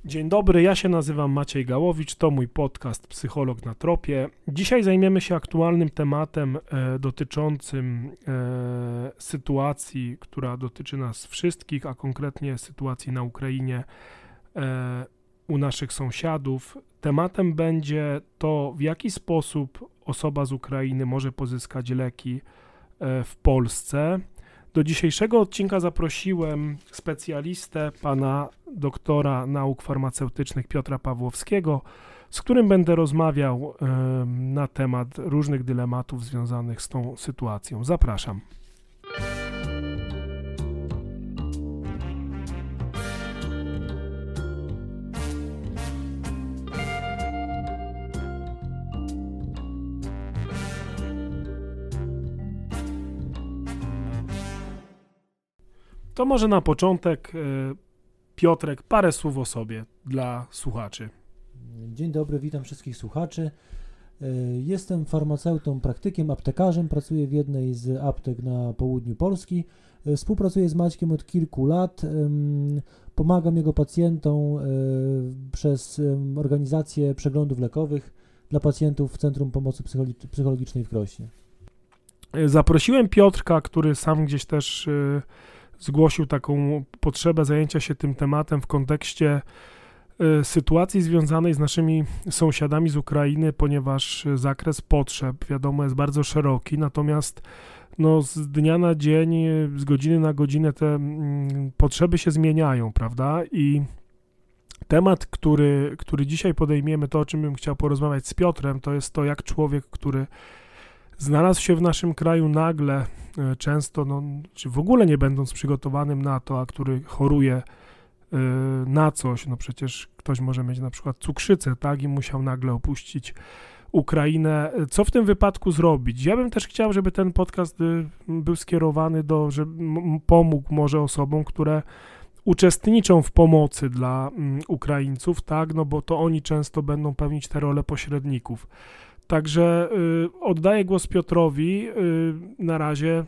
Dzień dobry, ja się nazywam Maciej Gałowicz, to mój podcast Psycholog na Tropie. Dzisiaj zajmiemy się aktualnym tematem dotyczącym sytuacji, która dotyczy nas wszystkich, a konkretnie sytuacji na Ukrainie u naszych sąsiadów. Tematem będzie to, w jaki sposób osoba z Ukrainy może pozyskać leki w Polsce. Do dzisiejszego odcinka zaprosiłem specjalistę, pana doktora nauk farmaceutycznych Piotra Pawłowskiego, z którym będę rozmawiał na temat różnych dylematów związanych z tą sytuacją. Zapraszam. To może na początek, Piotrek, parę słów o sobie dla słuchaczy. Dzień dobry, witam wszystkich słuchaczy. Jestem farmaceutą, praktykiem, aptekarzem, pracuję w jednej z aptek na południu Polski. Współpracuję z Maćkiem od kilku lat, pomagam jego pacjentom przez organizację przeglądów lekowych dla pacjentów w Centrum Pomocy Psychologicznej w Krośnie. Zaprosiłem Piotrka, który sam gdzieś też zgłosił taką potrzebę zajęcia się tym tematem w kontekście sytuacji związanej z naszymi sąsiadami z Ukrainy, ponieważ zakres potrzeb, wiadomo, jest bardzo szeroki, natomiast z dnia na dzień, z godziny na godzinę te potrzeby się zmieniają, prawda? I temat, który dzisiaj podejmiemy, to o czym bym chciał porozmawiać z Piotrem, to jest to, jak człowiek, który znalazł się w naszym kraju nagle, często, czy w ogóle nie będąc przygotowanym na to, a który choruje na coś, przecież ktoś może mieć na przykład cukrzycę, tak, i musiał nagle opuścić Ukrainę. Co w tym wypadku zrobić? Ja bym też chciał, żeby ten podcast był skierowany żeby pomógł może osobom, które uczestniczą w pomocy dla Ukraińców, tak, bo to oni często będą pełnić tę rolę pośredników. Także oddaję głos Piotrowi na razie.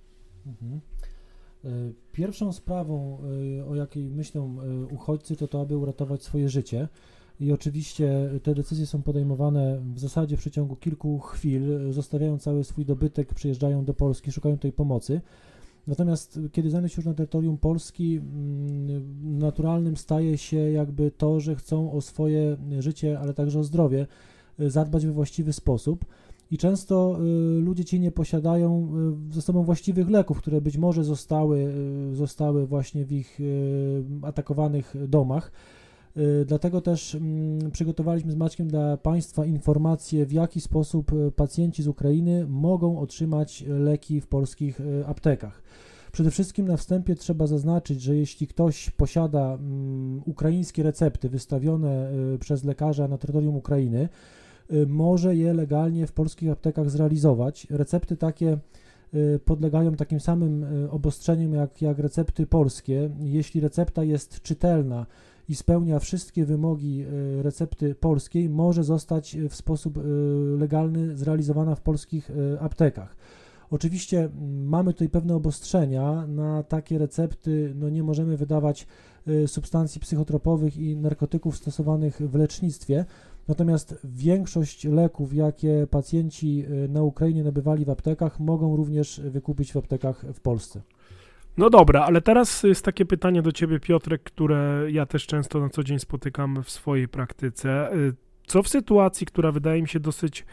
Pierwszą sprawą, o jakiej myślą uchodźcy, to aby uratować swoje życie. I oczywiście te decyzje są podejmowane w zasadzie w przeciągu kilku chwil, zostawiają cały swój dobytek, przyjeżdżają do Polski, szukają tej pomocy. Natomiast kiedy znajdą się już na terytorium Polski, naturalnym staje się jakby to, że chcą o swoje życie, ale także o zdrowie zadbać we właściwy sposób i często ludzie ci nie posiadają ze sobą właściwych leków, które być może zostały właśnie w ich atakowanych domach. Dlatego też przygotowaliśmy z Maćkiem dla Państwa informacje, w jaki sposób pacjenci z Ukrainy mogą otrzymać leki w polskich aptekach. Przede wszystkim na wstępie trzeba zaznaczyć, że jeśli ktoś posiada ukraińskie recepty wystawione przez lekarza na terytorium Ukrainy, może je legalnie w polskich aptekach zrealizować. Recepty takie podlegają takim samym obostrzeniom jak recepty polskie. Jeśli recepta jest czytelna i spełnia wszystkie wymogi recepty polskiej, może zostać w sposób legalny zrealizowana w polskich aptekach. Oczywiście mamy tutaj pewne obostrzenia. Na takie recepty nie możemy wydawać substancji psychotropowych i narkotyków stosowanych w lecznictwie. Natomiast większość leków, jakie pacjenci na Ukrainie nabywali w aptekach, mogą również wykupić w aptekach w Polsce. No dobra, ale teraz jest takie pytanie do Ciebie, Piotrek, które ja też często na co dzień spotykam w swojej praktyce. Co w sytuacji, która wydaje mi się dosyć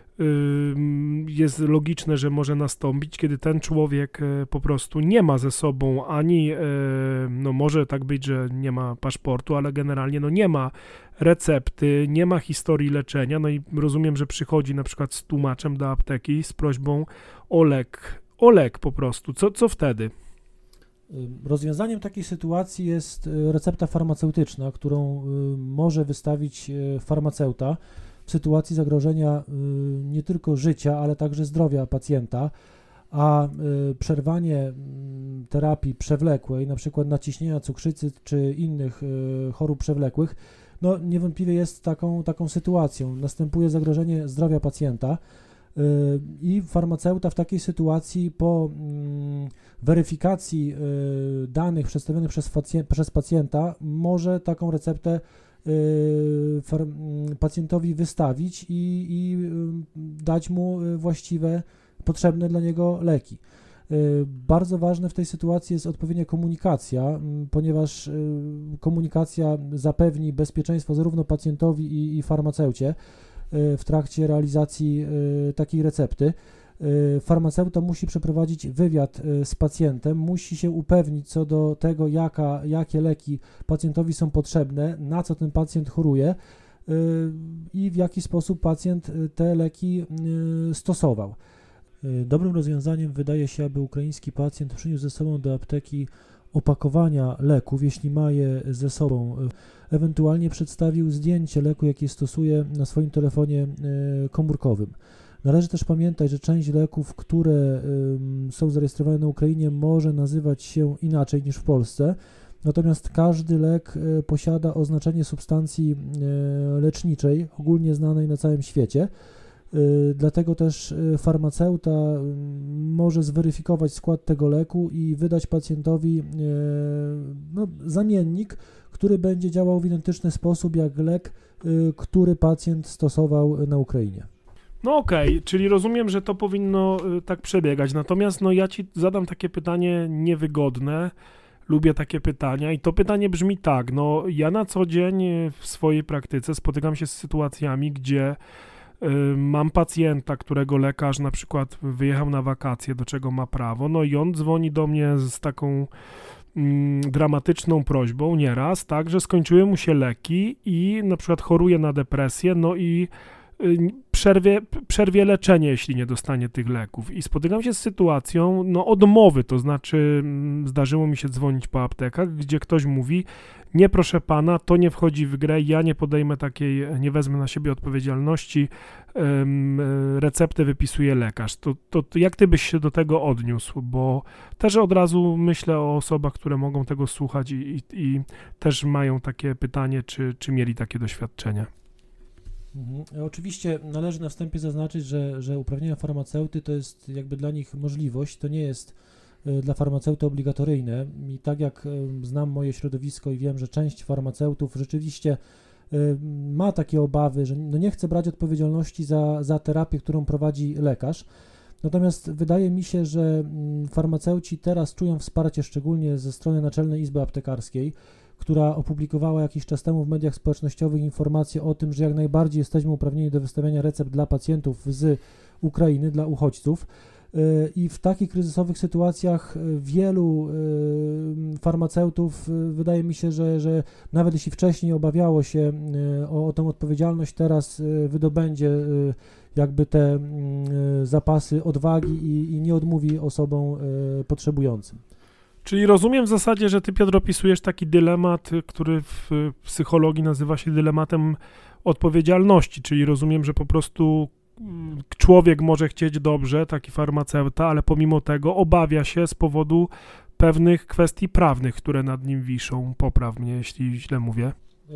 jest logiczne, że może nastąpić, kiedy ten człowiek po prostu nie ma ze sobą ani, może tak być, że nie ma paszportu, ale generalnie nie ma recepty, nie ma historii leczenia, i rozumiem, że przychodzi na przykład z tłumaczem do apteki z prośbą o lek po prostu. Co wtedy? Rozwiązaniem takiej sytuacji jest recepta farmaceutyczna, którą może wystawić farmaceuta w sytuacji zagrożenia nie tylko życia, ale także zdrowia pacjenta, a przerwanie terapii przewlekłej, na przykład naciśnienia cukrzycy czy innych chorób przewlekłych, niewątpliwie jest taką sytuacją. Następuje zagrożenie zdrowia pacjenta. I farmaceuta w takiej sytuacji po weryfikacji danych przedstawionych przez pacjenta może taką receptę pacjentowi wystawić i dać mu właściwe, potrzebne dla niego leki. Bardzo ważne w tej sytuacji jest odpowiednia komunikacja, ponieważ komunikacja zapewni bezpieczeństwo zarówno pacjentowi i farmaceucie w trakcie realizacji takiej recepty. Farmaceuta musi przeprowadzić wywiad z pacjentem, musi się upewnić co do tego, jakie leki pacjentowi są potrzebne, na co ten pacjent choruje i w jaki sposób pacjent te leki stosował. Dobrym rozwiązaniem wydaje się, aby ukraiński pacjent przyniósł ze sobą do apteki opakowania leków, jeśli ma je ze sobą, ewentualnie przedstawił zdjęcie leku, jaki stosuje na swoim telefonie komórkowym. Należy też pamiętać, że część leków, które są zarejestrowane na Ukrainie, może nazywać się inaczej niż w Polsce, natomiast każdy lek posiada oznaczenie substancji leczniczej, ogólnie znanej na całym świecie. Dlatego też farmaceuta może zweryfikować skład tego leku i wydać pacjentowi zamiennik, który będzie działał w identyczny sposób jak lek, który pacjent stosował na Ukrainie. No okej, czyli rozumiem, że to powinno tak przebiegać, natomiast ja Ci zadam takie pytanie niewygodne, lubię takie pytania i to pytanie brzmi tak, ja na co dzień w swojej praktyce spotykam się z sytuacjami, gdzie mam pacjenta, którego lekarz na przykład wyjechał na wakacje, do czego ma prawo, i on dzwoni do mnie z taką dramatyczną prośbą nieraz, tak, że skończyły mu się leki i na przykład choruje na depresję, i przerwie leczenie, jeśli nie dostanie tych leków. I spotykam się z sytuacją odmowy, to znaczy zdarzyło mi się dzwonić po aptekach, gdzie ktoś mówi, nie proszę pana, to nie wchodzi w grę, ja nie podejmę takiej, nie wezmę na siebie odpowiedzialności, receptę wypisuje lekarz. To jak ty byś się do tego odniósł? Bo też od razu myślę o osobach, które mogą tego słuchać i też mają takie pytanie, czy mieli takie doświadczenia. Oczywiście należy na wstępie zaznaczyć, że uprawnienia farmaceuty to jest jakby dla nich możliwość, to nie jest dla farmaceuty obligatoryjne i tak jak znam moje środowisko i wiem, że część farmaceutów rzeczywiście ma takie obawy, że nie chce brać odpowiedzialności za terapię, którą prowadzi lekarz. Natomiast wydaje mi się, że farmaceuci teraz czują wsparcie szczególnie ze strony Naczelnej Izby Aptekarskiej, która opublikowała jakiś czas temu w mediach społecznościowych informacje o tym, że jak najbardziej jesteśmy uprawnieni do wystawiania recept dla pacjentów z Ukrainy, dla uchodźców. I w takich kryzysowych sytuacjach wielu farmaceutów, wydaje mi się, że nawet jeśli wcześniej obawiało się o tę odpowiedzialność, teraz wydobędzie jakby te zapasy odwagi i nie odmówi osobom potrzebującym. Czyli rozumiem w zasadzie, że ty, Piotr, opisujesz taki dylemat, który w psychologii nazywa się dylematem odpowiedzialności, czyli rozumiem, że po prostu człowiek może chcieć dobrze, taki farmaceuta, ale pomimo tego obawia się z powodu pewnych kwestii prawnych, które nad nim wiszą. Popraw mnie, jeśli źle mówię.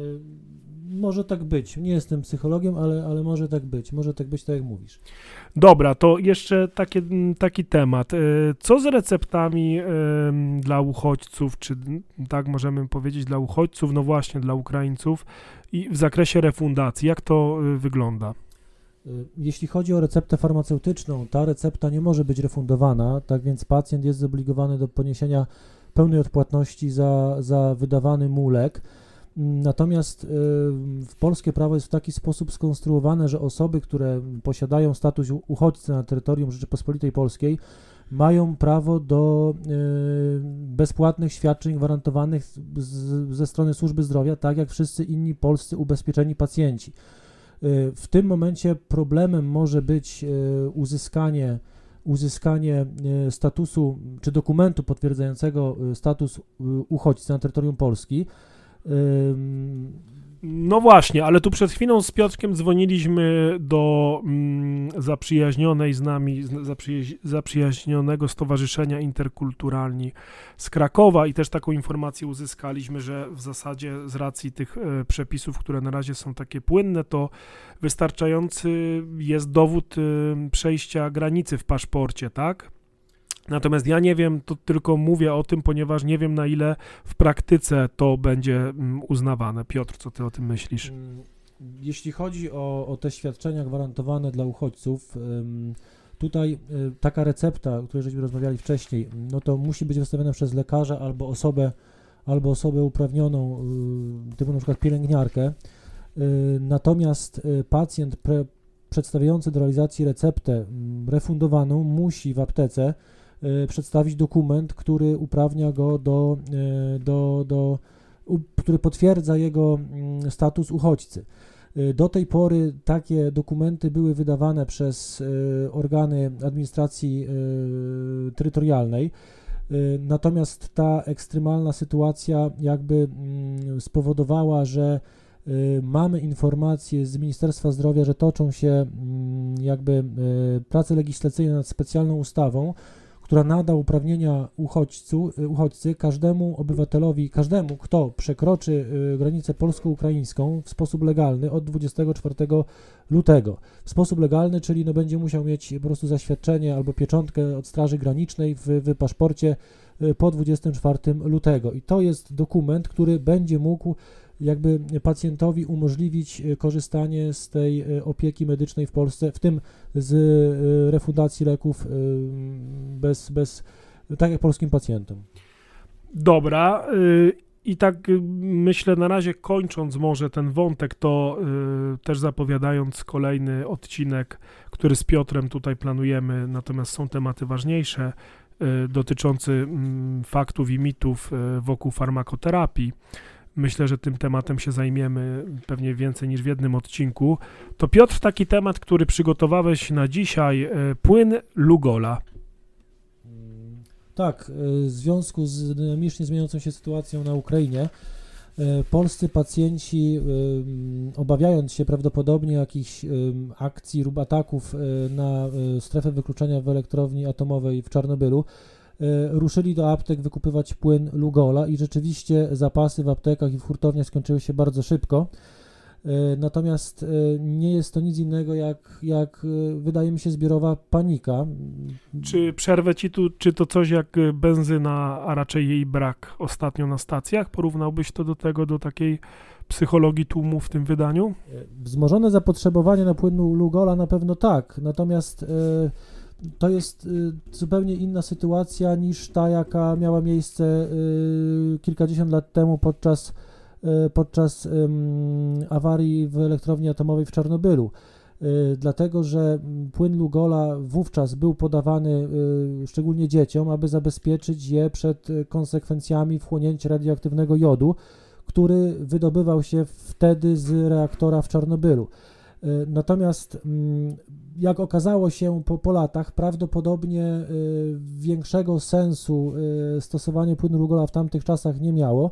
Może tak być. Nie jestem psychologiem, ale może tak być. Może tak być, tak jak mówisz. Dobra, to jeszcze taki temat. Co z receptami dla uchodźców, czy tak możemy powiedzieć dla uchodźców, no właśnie dla Ukraińców i w zakresie refundacji, jak to wygląda? Jeśli chodzi o receptę farmaceutyczną, ta recepta nie może być refundowana, tak więc pacjent jest zobligowany do poniesienia pełnej odpłatności za wydawany mu lek. Natomiast polskie prawo jest w taki sposób skonstruowane, że osoby, które posiadają status uchodźcy na terytorium Rzeczypospolitej Polskiej, mają prawo do bezpłatnych świadczeń gwarantowanych ze strony służby zdrowia, tak jak wszyscy inni polscy ubezpieczeni pacjenci. W tym momencie problemem może być uzyskanie statusu czy dokumentu potwierdzającego status uchodźcy na terytorium Polski. No właśnie, ale tu przed chwilą z Piotrkiem dzwoniliśmy do zaprzyjaźnionej z nami, zaprzyjaźnionego Stowarzyszenia Interkulturalni z Krakowa i też taką informację uzyskaliśmy, że w zasadzie z racji tych przepisów, które na razie są takie płynne, to wystarczający jest dowód przejścia granicy w paszporcie, tak? Natomiast ja nie wiem, to tylko mówię o tym, ponieważ nie wiem, na ile w praktyce to będzie uznawane. Piotr, co ty o tym myślisz? Jeśli chodzi o te świadczenia gwarantowane dla uchodźców, tutaj taka recepta, o której żeśmy rozmawiali wcześniej, no to musi być wystawiona przez lekarza albo osobę uprawnioną, typu na przykład pielęgniarkę. Natomiast pacjent przedstawiający do realizacji receptę refundowaną musi w aptece przedstawić dokument, który uprawnia go który potwierdza jego status uchodźcy. Do tej pory takie dokumenty były wydawane przez organy administracji terytorialnej, natomiast ta ekstremalna sytuacja jakby spowodowała, że mamy informacje z Ministerstwa Zdrowia, że toczą się jakby prace legislacyjne nad specjalną ustawą, która nada uprawnienia uchodźcy każdemu obywatelowi, każdemu, kto przekroczy granicę polsko-ukraińską w sposób legalny od 24 lutego. W sposób legalny, czyli no będzie musiał mieć po prostu zaświadczenie albo pieczątkę od Straży Granicznej w paszporcie po 24 lutego. I to jest dokument, który będzie mógł jakby pacjentowi umożliwić korzystanie z tej opieki medycznej w Polsce, w tym z refundacji leków tak jak polskim pacjentom. Dobra, i tak myślę, na razie kończąc może ten wątek, to też zapowiadając kolejny odcinek, który z Piotrem tutaj planujemy, natomiast są tematy ważniejsze, dotyczący faktów i mitów wokół farmakoterapii. Myślę, że tym tematem się zajmiemy pewnie więcej niż w jednym odcinku. To Piotr, taki temat, który przygotowałeś na dzisiaj, płyn Lugola. Tak, w związku z dynamicznie zmieniającą się sytuacją na Ukrainie, polscy pacjenci, obawiając się prawdopodobnie jakichś akcji lub ataków na strefę wykluczenia w elektrowni atomowej w Czarnobylu, ruszyli do aptek wykupywać płyn Lugola i rzeczywiście zapasy w aptekach i w hurtowniach skończyły się bardzo szybko. Natomiast nie jest to nic innego jak wydaje mi się zbiorowa panika. Czy przerwę ci tu, czy to coś jak benzyna, a raczej jej brak ostatnio na stacjach? Porównałbyś to do takiej psychologii tłumu w tym wydaniu? Wzmożone zapotrzebowanie na płyn Lugola na pewno tak, natomiast to jest zupełnie inna sytuacja niż ta, jaka miała miejsce kilkadziesiąt lat temu podczas awarii w elektrowni atomowej w Czarnobylu. Dlatego, że płyn Lugola wówczas był podawany szczególnie dzieciom, aby zabezpieczyć je przed konsekwencjami wchłonięcia radioaktywnego jodu, który wydobywał się wtedy z reaktora w Czarnobylu. Natomiast jak okazało się po latach, prawdopodobnie większego sensu stosowanie płynu Lugola w tamtych czasach nie miało.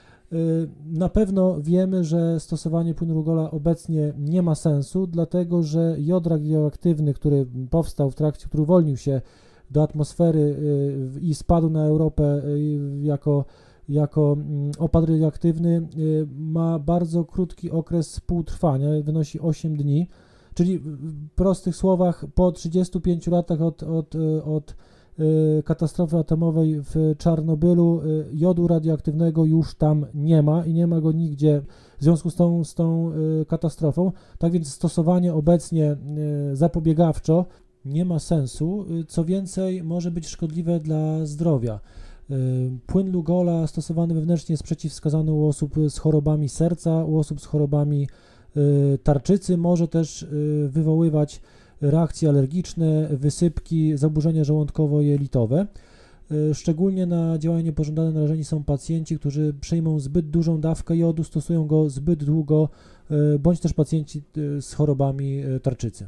Na pewno wiemy, że stosowanie płynu Lugola obecnie nie ma sensu, dlatego że jod radioaktywny, który powstał który uwolnił się do atmosfery i spadł na Europę jako opad radioaktywny, ma bardzo krótki okres współtrwania, wynosi 8 dni, czyli w prostych słowach po 35 latach od katastrofy atomowej w Czarnobylu jodu radioaktywnego już tam nie ma i nie ma go nigdzie w związku z tą katastrofą. Tak więc stosowanie obecnie zapobiegawczo nie ma sensu, co więcej może być szkodliwe dla zdrowia. Płyn Lugola stosowany wewnętrznie jest przeciwwskazany u osób z chorobami serca, u osób z chorobami tarczycy, może też wywoływać reakcje alergiczne, wysypki, zaburzenia żołądkowo-jelitowe. Szczególnie na działania niepożądane narażeni są pacjenci, którzy przyjmą zbyt dużą dawkę jodu, stosują go zbyt długo, bądź też pacjenci z chorobami tarczycy.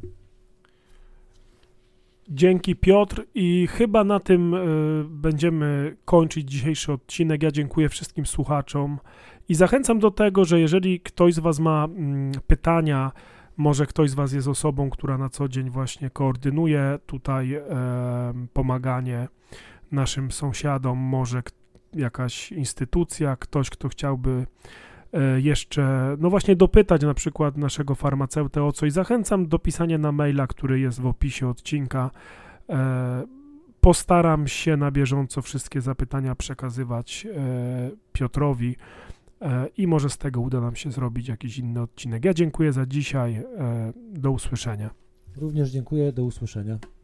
Dzięki, Piotr, i chyba na tym będziemy kończyć dzisiejszy odcinek. Ja dziękuję wszystkim słuchaczom I zachęcam do tego, że jeżeli ktoś z Was ma pytania, może ktoś z Was jest osobą, która na co dzień właśnie koordynuje tutaj pomaganie naszym sąsiadom, może jakaś instytucja, ktoś, kto chciałby jeszcze, no właśnie dopytać na przykład naszego farmaceutę o coś. Zachęcam do pisania na maila, który jest w opisie odcinka. Postaram się na bieżąco wszystkie zapytania przekazywać Piotrowi i może z tego uda nam się zrobić jakiś inny odcinek. Ja dziękuję za dzisiaj. Do usłyszenia. Również dziękuję. Do usłyszenia.